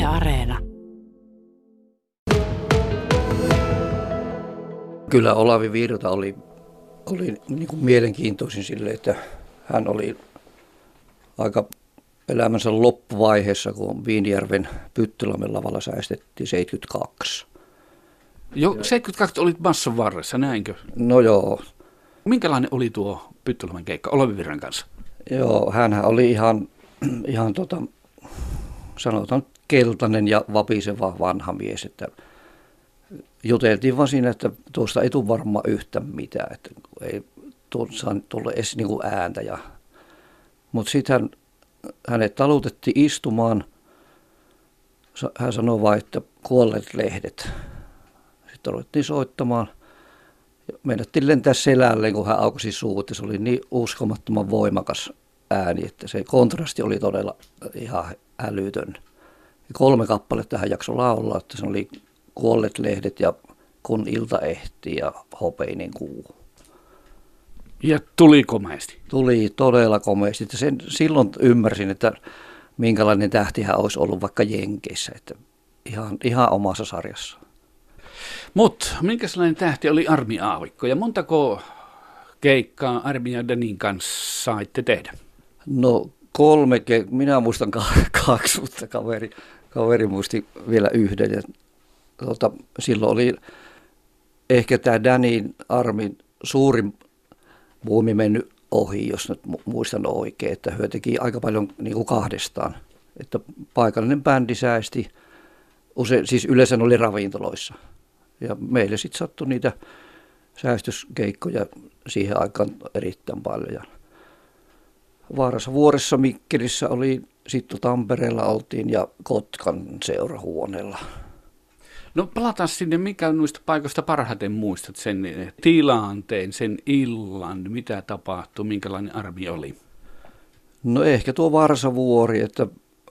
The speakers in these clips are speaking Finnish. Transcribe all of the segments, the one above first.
Areena. Kyllä Olavi Virta oli niin kuin mielenkiintoisin sille, että hän oli aika elämänsä loppuvaiheessa, kun Viinijärven Pyttylammen lavalla säästettiin 72. Jo 72 olit massan varressa, näinkö? No joo. Minkälainen oli tuo Pyttylammen keikka Olavi Virran kanssa? Joo, hänhän oli ihan sanotaan keltainen ja vapiseva vanha mies, että juteltiin vaan siinä, että tuosta ei tule varmaan yhtä mitään, että ei tule edes niin kuin ääntä. Mutta sitten hänet talutettiin istumaan, hän sanoi vain, että kuolleet lehdet. Sitten ruvettiin soittamaan. Meinattiin lentää selälleen, kun hän aukaisi suut, ja se oli niin uskomattoman voimakas ääni, että se kontrasti oli todella ihan älytön. Ja 3 kappaletta hän jaksoi laulaa, että se oli Kuolleet lehdet ja Kun ilta ehti ja Hopeinen kuu. Ja tuli komeasti. Tuli todella komeasti. Silloin ymmärsin, että minkälainen tähti hän olisi ollut vaikka Jenkeissä, että ihan omassa sarjassa. Mutta minkälainen tähti oli Armi Aavikko ja montako keikkaa Armi ja Danin kanssa saitte tehdä? No 3, minä muistan 2, mutta kaveri muisti vielä 1. Ja, silloin oli ehkä tämä Danin Armin suurin buumi mennyt ohi, jos nyt muistan oikein, että he teki aika paljon niin kuin kahdestaan. Että paikallinen bändi säästi, siis yleensä oli ravintoloissa. Ja meille sitten sattui niitä säästyskeikkoja siihen aikaan erittäin paljon. Ja Vaarassa vuoressa Mikkelissä oli, sitten Tampereella oltiin ja Kotkan seurahuoneella. No palataan sinne, mikä noista paikoista parhaiten muistat sen tilanteen, sen illan, mitä tapahtui, minkälainen Armi oli? No ehkä tuo Vaarassa vuori, että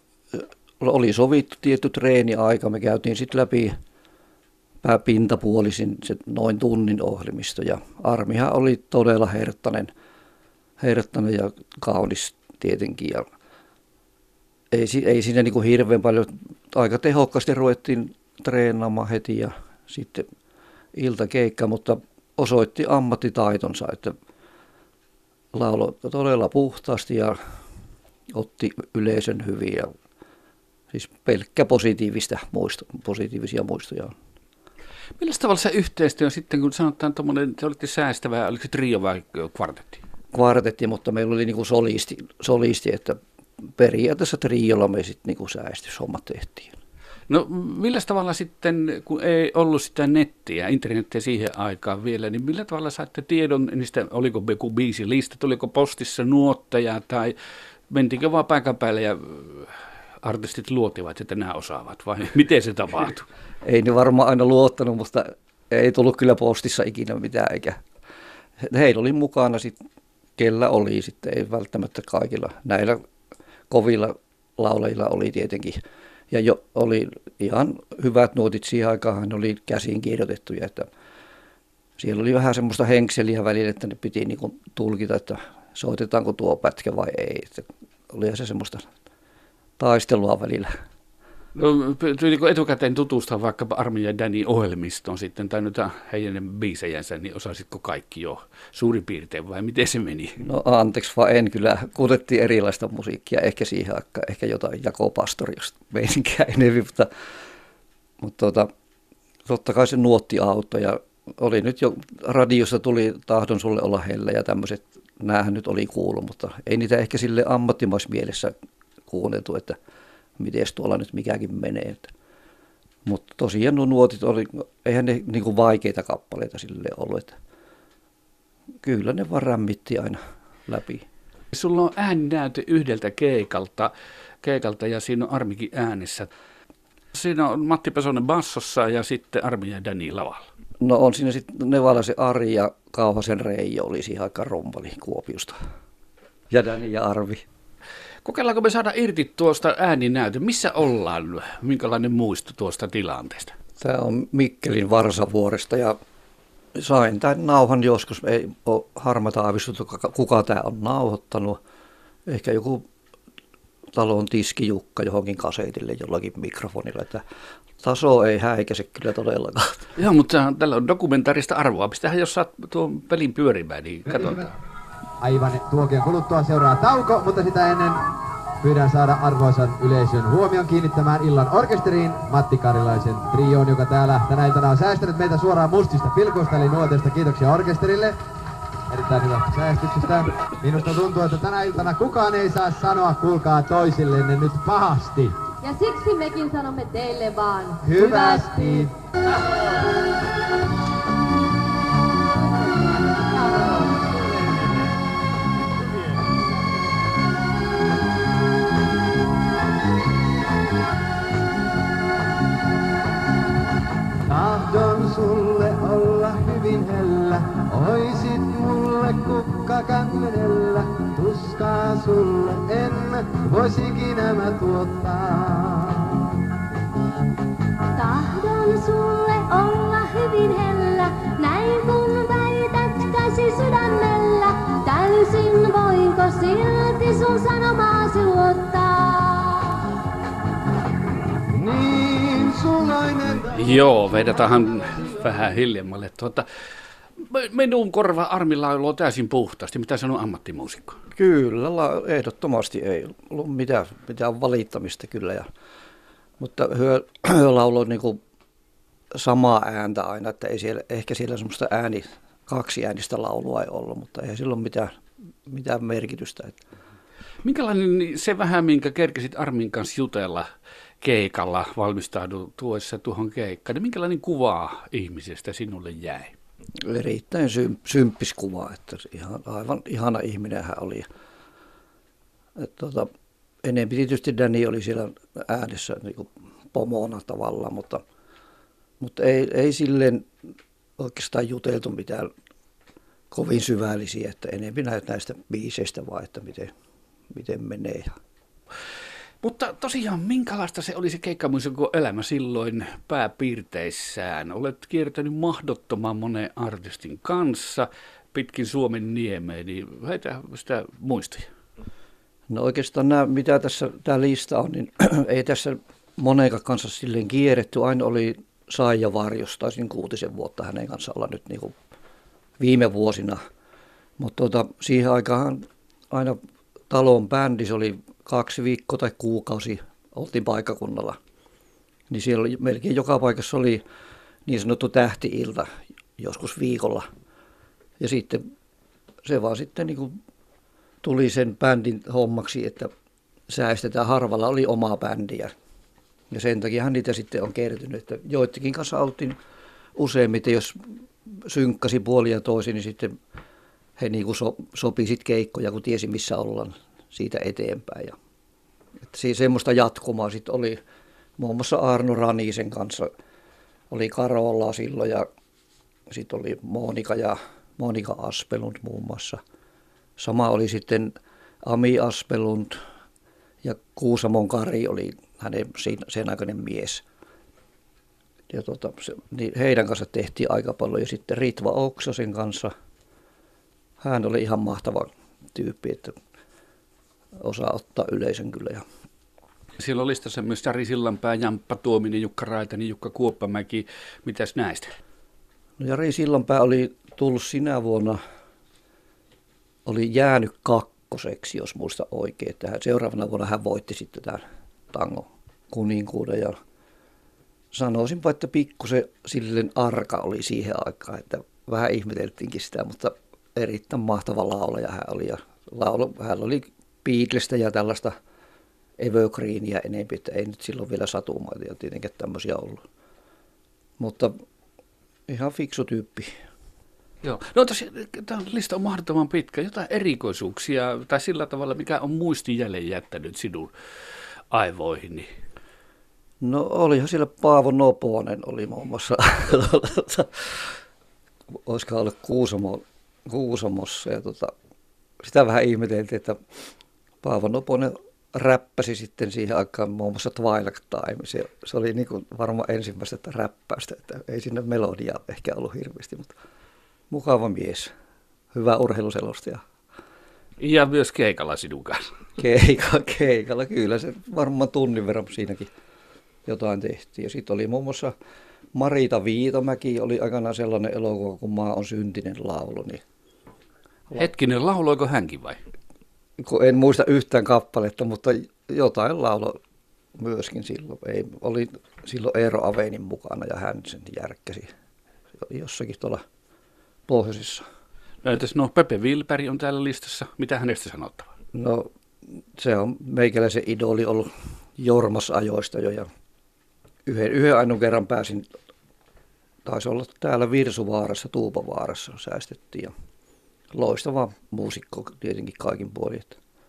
oli sovittu tietty treeniaika, me käytiin sitten läpi pintapuolisin se noin tunnin ohjelmisto ja Armihan oli todella herttainen ja kaunis tietenkin ja ei siinä niin kuin hirveän paljon, aika tehokkaasti ruvettiin treenaamaan heti ja sitten iltakeikka, mutta osoitti ammattitaitonsa, että lauloi todella puhtaasti ja otti yleisön hyvin ja siis pelkkä positiivisia muistoja. Millä tavalla se yhteistyö sitten, kun sanotaan tuommoinen, te olitte säästävää, oliko se trio vai kvartetti? Kvartetti, mutta meillä oli niinku solisti, että periaatteessa triolla me sitten niinku säästyshommat tehtiin. No millä tavalla sitten, kun ei ollut sitä nettiä, internettiä siihen aikaan vielä, niin millä tavalla saitte tiedon niistä, oliko joku biisilista, tuliko postissa nuotteja tai mentiinkö vaan paikan päälle ja artistit luotivat, että nämä osaavat vai miten se tapahtui? Ei ne varmaan aina luottanut, mutta ei tullut kyllä postissa ikinä mitään, eikä heillä oli mukana sitten, kellä oli sitten, ei välttämättä kaikilla. Näillä kovilla laulajilla oli tietenkin, ja jo oli ihan hyvät nuotit siihen aikaan, oli käsiin kirjoitettuja, että siellä oli vähän semmoista henkseliä välillä, että ne piti niin kuin tulkita, että soitetaanko tuo pätkä vai ei, että olihan se semmoista taistelua välillä. No, tuliko etukäteen tutustua vaikkapa Armi ja Danin ohjelmistoon sitten, tai noita heidän biisejänsä, niin osasitko kaikki jo suurin piirtein vai miten se meni? No anteeksi vaan en kyllä, kuutettiin erilaista musiikkia, ehkä siihen aikaan, ehkä jotain Jako Pastori, jos meininkään enemmän, mutta totta kai se nuotti auttoi ja oli nyt jo radiossa tuli Tahdon sulle olla hellä ja tämmöiset, näähän nyt oli kuullut, mutta ei niitä ehkä sille ammattimaismielessä kuunneltu, että miten tuolla nyt mikäkin menee. Mutta tosiaan nuo nuotit oli, eihän ne niin kuin vaikeita kappaleita sille ollut, että kyllä ne vaan rämmitti aina läpi. Sulla on ääninäyte yhdeltä keikalta ja siinä on Armikin äänessä. Siinä on Matti Pesonen bassossa ja sitten Armi ja Dani lavalla. No on siinä sitten Nevalaisen Ari ja Kauhasen Reijo oli siihen aikaan rompali Kuopiosta. Ja Dani ja Arvi. Kokeillaanko me saada irti tuosta ääninäytön? Missä ollaan? Minkälainen muisto tuosta tilanteesta? Tämä on Mikkelin Varsavuoresta ja sain tämän nauhan joskus. Ei ole harmata aavistunut, kuka tämä on nauhoittanut. Ehkä joku talon tiskijukka johonkin kasetille jollakin mikrofonilla, että taso ei häikäise kyllä todellakaan. Joo, mutta tällä on dokumentaarista arvoa. Pistähän jos saat tuon pelin pyörimään, niin katsotaan. Aivan tuokion kuluttua seuraa tauko, mutta sitä ennen pyydän saada arvoisan yleisön huomion kiinnittämään illan orkesteriin Matti Karilaisen trioon, joka täällä tänä iltana on säästänyt meitä suoraan mustista pilkuista eli nuoteista. Kiitoksia orkesterille. Erittäin hyvästä säästyksestä. Minusta tuntuu, että tänä iltana kukaan ei saa sanoa kuulkaa toisillenne nyt pahasti. Ja siksi mekin sanomme teille vaan Hyvästi! Tahdon sulle olla hyvin hellä, oisit mulle kukka kämmenellä. Tuskaa sulle en vois ikinä mä tuottaa. tahdon sulle olla hyvin hellä, näin kun väität käsi sydämellä. Täysin voinko silti sun sanomaasi luottaa? Niin suloinen. Joo, vedetään vähän hiljemmalle. Minun korva Armin laulu on täysin puhtaasti. Mitä sanoo ammattimuusikko? Kyllä, ehdottomasti ei ollut mitään valittamista kyllä. Mutta he lauloi niin kuin samaa ääntä aina, että ei siellä, ehkä siellä semmoista kaksiäänistä laulua ei ollut, mutta ei sillä ole mitään merkitystä. Minkälainen se vähän, minkä kerkesit Armin kanssa jutella keikalla valmistautuessa tuohon keikkaan, niin minkälainen kuva ihmisestä sinulle jäi? Erittäin symppis kuva, että aivan ihana ihminen hän oli. Enempi tietysti Danny oli siellä äänessä niin kuin pomona tavallaan, mutta ei silleen oikeastaan juteltu mitään kovin syvällisiä, että enempi näistä biiseistä vaan, että miten menee. Mutta tosiaan, minkälaista se oli se keikkamuisikon elämä silloin pääpiirteissään? Olet kiertänyt mahdottoman monen artistin kanssa pitkin Suomen niemeä, niin heitä sitä muistoja. No oikeastaan mitä tämä lista on, niin ei tässä monenkaan kanssa silleen kierretty. Aina oli Saija Varjos, taisin 6 vuotta hänen kanssa olla nyt niin kuin viime vuosina. Mutta siihen aikaan aina talon bändissä oli 2 viikkoa tai kuukausi oltiin paikkakunnalla. Niin siellä oli, melkein joka paikassa oli niin sanottu tähti-ilta joskus viikolla. Ja sitten se vaan sitten niin kuin tuli sen bändin hommaksi, että säästetään. Harvalla oli omaa bändiä. Ja sen takiahan niitä sitten on kertynyt, että joidenkin kanssa oltiin useimmiten, jos synkkasi puolin ja toisin, niin sitten he niin kuin sopi sit keikkoja, kun tiesi missä ollaan siitä eteenpäin. Ja, että semmoista jatkumaa sitten oli muun muassa Arno Ranisen kanssa, oli Karola silloin ja sitten oli Monika Aspelund muun muassa. Sama oli sitten Ami Aspelund ja Kuusamon Kari oli hänen sen aikainen mies. Ja niin heidän kanssa tehtiin aika paljon. Ja sitten Ritva Oksasen kanssa, hän oli ihan mahtava tyyppi, että osaa ottaa yleisön kyllä. Ja Siellä on listassa myös Jari Sillanpää, Jamppa Tuominen, Jukka Raitanen, Jukka Kuoppamäki. Mitäs näistä? No Jari Sillanpää oli tullut sinä vuonna, oli jäänyt 2, jos muista oikein. Että seuraavana vuonna hän voitti sitten tämän tangon kuninkuuden. Ja sanoisinpa, että pikkusen silleen arka oli siihen aikaan, että vähän ihmeteltiinkin sitä, mutta erittäin mahtava laulaja hän oli. Ja hän oli Beatlesta ja tällaista evergreenia enemmän, että ei nyt silloin vielä satumaita ja tietenkään tämmöisiä ollut. Mutta ihan fiksu tyyppi. Joo. No tämä lista on mahdottoman pitkä. Jotain erikoisuuksia tai sillä tavalla, mikä on muistijäljen jättänyt sinun aivoihin? No olihan siellä Paavo Noponen oli muun muassa, olisiko ollut Kuusamossa ja sitä vähän ihmeteltiin, että Paavo Noponen räppäsi sitten siihen aikaan muun muassa Twilight Time. Se oli niin kuin varmaan ensimmäistä räppäystä, että ei siinä melodiaa ehkä ollut hirveästi, mutta mukava mies, hyvä urheiluselostaja. Ja myös keikalla sinun kanssa. Keikalla, kyllä se varmaan tunnin verran siinäkin jotain tehtiin. Ja sitten oli muun muassa Marita Viitomäki, oli aikanaan sellainen elokuva, kun Maa on syntinen laulu. Niin Hetkinen, lauloiko hänkin vai? kun en muista yhtään kappaletta, mutta jotain laulo myöskin silloin. Oli silloin Eero Aveinin mukana ja hän sen järkkäsi jossakin tuolla pohjoisissa. No entäs Pepe Wilberg on täällä listassa. Mitä hänestä sanottavaa? No se on meikäläisen idoli ollut Jormas-ajoista jo ja yhden ainoan kerran pääsin, taisi olla täällä Virsuvaarassa, Tuupovaarassa säästettiin ja loistava muusikko tietenkin kaikin puolin.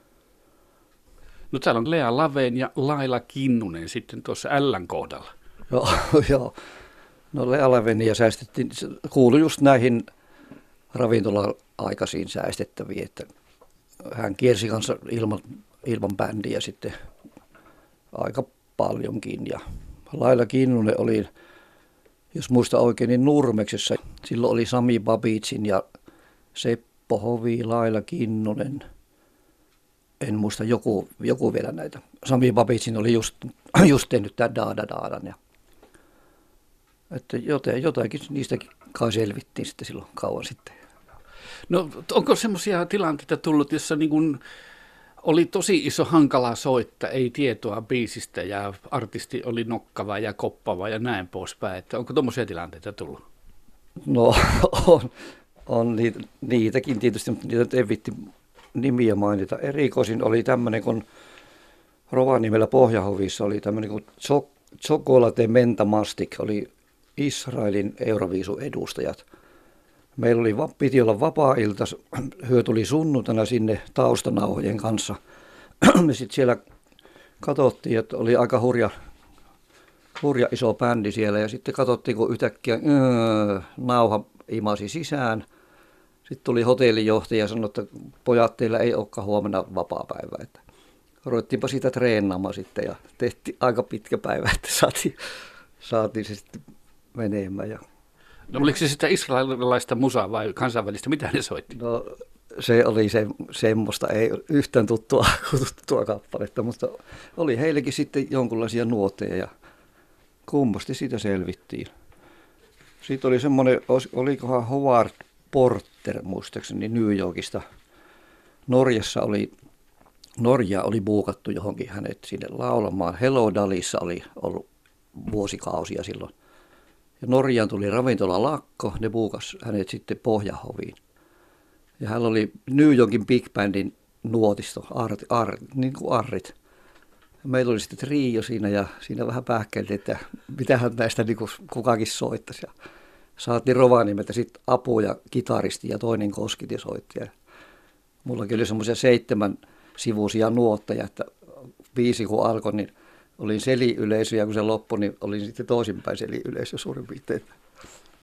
No täällä on Lea Laveen ja Laila Kinnunen sitten tuossa Ällän kohdalla. Joo. No Lea Lavenia säästettiin, se kuului just näihin ravintola-aikaisiin säästettäviin, että hän kiersi kanssa ilman bändiä sitten aika paljonkin. Ja Laila Kinnunen oli, jos muista oikein, niin Nurmeksessa. Silloin oli Sami Babitsin ja Seppo Hovi, Laila Kinnunen. En muista, joku vielä näitä. Sami Babitsin oli just tehnyt tämän Daadadaadan. Ja että jotakin niistäkin kai selvittiin sitten silloin kauan sitten. No onko semmoisia tilanteita tullut, jossa niin kun oli tosi iso hankala soittaa, ei tietoa biisistä ja artisti oli nokkava ja koppava ja näin poispäin. Että onko tuommoisia tilanteita tullut? No on niitäkin tietysti, mutta niitä ei viitti nimiä mainita. Erikoisin oli tämmöinen, kun Rovaniemellä Pohjahovissa oli tämmöinen kuin Chocolate Menta Mastic, oli Israelin Euroviisun edustajat. Meillä piti olla vapaa-ilta, hyö tuli sunnuntaina sinne taustanauhojen kanssa. Me sitten siellä katsottiin, että oli aika hurja iso bändi siellä ja sitten katsottiin, kun yhtäkkiä nauha imasi sisään. Sitten tuli hotellijohtaja ja sanoi, että pojat, teillä ei olekaan huomenna vapaapäivä. Että ruvettiinpa siitä treenaamaan sitten ja tehtiin aika pitkä päivä, että saatiin se sitten menemään. No oliko se sitä israelilaista musaa vai kansainvälistä? Mitä ne soitti? No se oli semmoista, ei yhtään tuttua kappaletta, mutta oli heillekin sitten jonkunlaisia nuoteja ja kummasti siitä selvittiin. Sitten oli semmoinen, olikohan Howard Porter muistaakseni New Yorkista. Norja oli buukattu johonkin hänet sinne laulamaan. Hello Dalissa oli ollut vuosikausia silloin. Ja Norjaan tuli ravintolalakko, ne buukas hänet sitten Pohjahoviin. Ja hän oli New Yorkin Big Bandin nuotisto, niin kuin arrit. Ja meillä oli sitten trio siinä ja siinä vähän pähkäiltiin, että mitähän näistä niin kuin kukakin soittaisi. Ja saatiin Rovaniemeltä sitten apu ja kitaristi ja toinen koskit ja soitti. Ja mullakin oli semmoisia 7-sivuisia nuotteja, että biisi kun alkoi, niin olin seliyleisö ja kun se loppui, niin olin sitten toisinpäin seliyleisö suurin piirtein.